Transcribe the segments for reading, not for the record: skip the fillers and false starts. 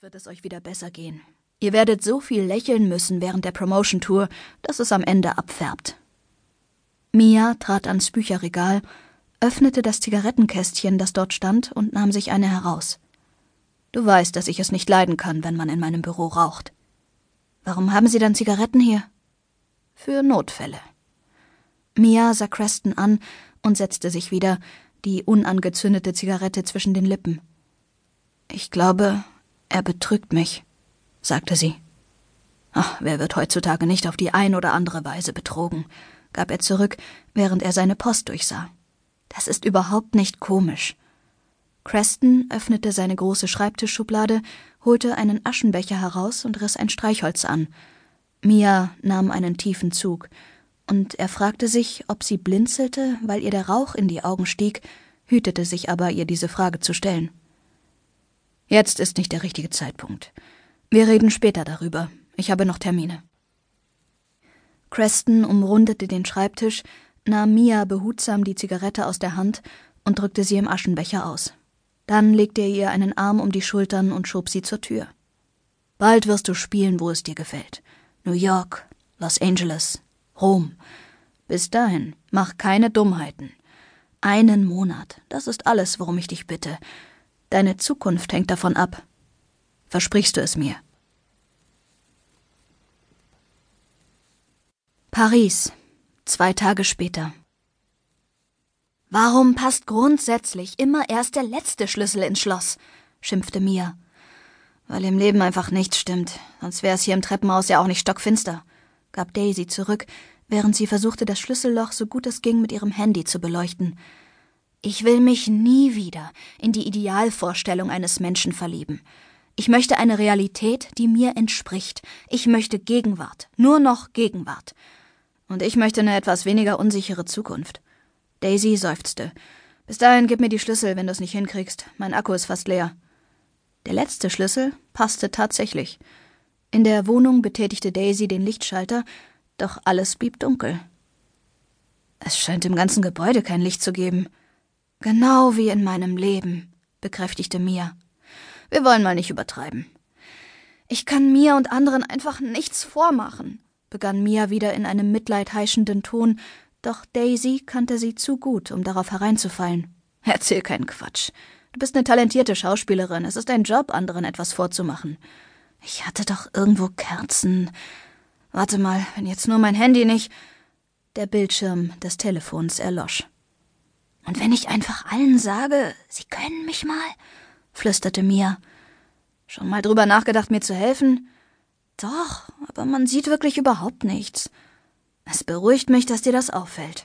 wird es euch wieder besser gehen. Ihr werdet so viel lächeln müssen während der Promotion-Tour, dass es am Ende abfärbt. Mia trat ans Bücherregal, öffnete das Zigarettenkästchen, das dort stand, und nahm sich eine heraus. »Du weißt, dass ich es nicht leiden kann, wenn man in meinem Büro raucht.« »Warum haben Sie dann Zigaretten hier?« »Für Notfälle.« Mia sah Creston an und setzte sich wieder, die unangezündete Zigarette zwischen den Lippen. »Ich glaube, er betrügt mich«, sagte sie. »Ach, wer wird heutzutage nicht auf die ein oder andere Weise betrogen«, gab er zurück, während er seine Post durchsah. »Das ist überhaupt nicht komisch.« Creston öffnete seine große Schreibtischschublade, holte einen Aschenbecher heraus und riss ein Streichholz an. Mia nahm einen tiefen Zug, und er fragte sich, ob sie blinzelte, weil ihr der Rauch in die Augen stieg, hütete sich aber, ihr diese Frage zu stellen. »Jetzt ist nicht der richtige Zeitpunkt. Wir reden später darüber. Ich habe noch Termine.« Creston umrundete den Schreibtisch, nahm Mia behutsam die Zigarette aus der Hand und drückte sie im Aschenbecher aus. Dann legte er ihr einen Arm um die Schultern und schob sie zur Tür. »Bald wirst du spielen, wo es dir gefällt. New York, Los Angeles, Rom. Bis dahin, mach keine Dummheiten. 1 Monat, das ist alles, worum ich dich bitte. Deine Zukunft hängt davon ab. Versprichst du es mir?« Paris, 2 Tage später. »Warum passt grundsätzlich immer erst der letzte Schlüssel ins Schloss?« schimpfte Mia. »Weil im Leben einfach nichts stimmt, sonst wäre es hier im Treppenhaus ja auch nicht stockfinster«, gab Daisy zurück, während sie versuchte, das Schlüsselloch so gut es ging mit ihrem Handy zu beleuchten. »Ich will mich nie wieder in die Idealvorstellung eines Menschen verlieben. Ich möchte eine Realität, die mir entspricht. Ich möchte Gegenwart, nur noch Gegenwart. Und ich möchte eine etwas weniger unsichere Zukunft.« Daisy seufzte. »Bis dahin gib mir die Schlüssel, wenn du es nicht hinkriegst. Mein Akku ist fast leer.« Der letzte Schlüssel passte tatsächlich. In der Wohnung betätigte Daisy den Lichtschalter, doch alles blieb dunkel. »Es scheint im ganzen Gebäude kein Licht zu geben.« »Genau wie in meinem Leben«, bekräftigte Mia. »Wir wollen mal nicht übertreiben.« »Ich kann mir und anderen einfach nichts vormachen«, begann Mia wieder in einem mitleidheischenden Ton, doch Daisy kannte sie zu gut, um darauf hereinzufallen. »Erzähl keinen Quatsch. Du bist eine talentierte Schauspielerin. Es ist dein Job, anderen etwas vorzumachen. Ich hatte doch irgendwo Kerzen. Warte mal, wenn jetzt nur mein Handy nicht...« Der Bildschirm des Telefons erlosch. »Und wenn ich einfach allen sage, sie können mich mal?«, flüsterte Mia. »Schon mal drüber nachgedacht, mir zu helfen?« »Doch, aber man sieht wirklich überhaupt nichts. Es beruhigt mich, dass dir das auffällt.«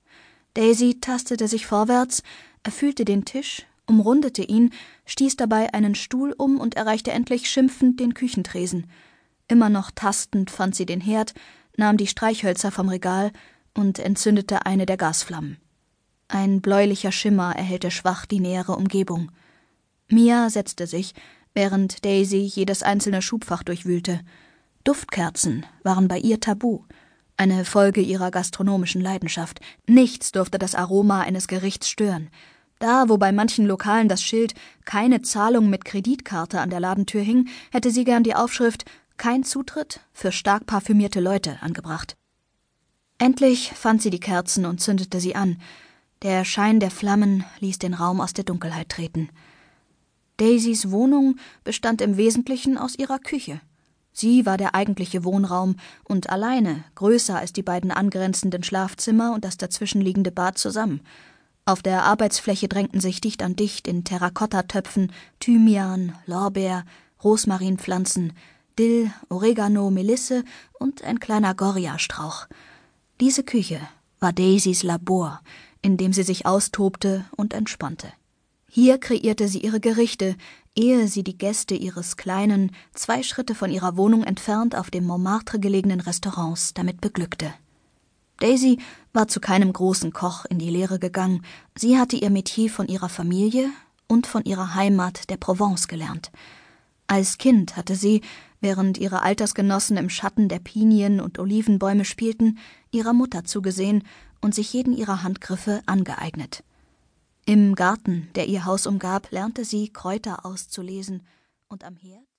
Daisy tastete sich vorwärts, erfüllte den Tisch, umrundete ihn, stieß dabei einen Stuhl um und erreichte endlich schimpfend den Küchentresen. Immer noch tastend fand sie den Herd, nahm die Streichhölzer vom Regal und entzündete eine der Gasflammen. Ein bläulicher Schimmer erhellte schwach die nähere Umgebung. Mia setzte sich, während Daisy jedes einzelne Schubfach durchwühlte. Duftkerzen waren bei ihr tabu, eine Folge ihrer gastronomischen Leidenschaft. Nichts durfte das Aroma eines Gerichts stören. Da, wo bei manchen Lokalen das Schild »Keine Zahlung mit Kreditkarte« an der Ladentür hing, hätte sie gern die Aufschrift »Kein Zutritt für stark parfümierte Leute« angebracht. Endlich fand sie die Kerzen und zündete sie an. Der Schein der Flammen ließ den Raum aus der Dunkelheit treten. Daisys Wohnung bestand im Wesentlichen aus ihrer Küche. Sie war der eigentliche Wohnraum und alleine, größer als die beiden angrenzenden Schlafzimmer und das dazwischenliegende Bad zusammen. Auf der Arbeitsfläche drängten sich dicht an dicht in Terrakottatöpfen Thymian, Lorbeer, Rosmarinpflanzen, Dill, Oregano, Melisse und ein kleiner Gorja-Strauch. Diese Küche war Daisys Labor, in dem sie sich austobte und entspannte. Hier kreierte sie ihre Gerichte, ehe sie die Gäste ihres kleinen, 2 Schritte von ihrer Wohnung entfernt auf dem Montmartre gelegenen Restaurants damit beglückte. Daisy war zu keinem großen Koch in die Lehre gegangen. Sie hatte ihr Metier von ihrer Familie und von ihrer Heimat der Provence gelernt. Als Kind hatte sie, während ihre Altersgenossen im Schatten der Pinien- und Olivenbäume spielten, ihrer Mutter zugesehen und sich jeden ihrer Handgriffe angeeignet. Im Garten, der ihr Haus umgab, lernte sie, Kräuter auszulesen, und am Herd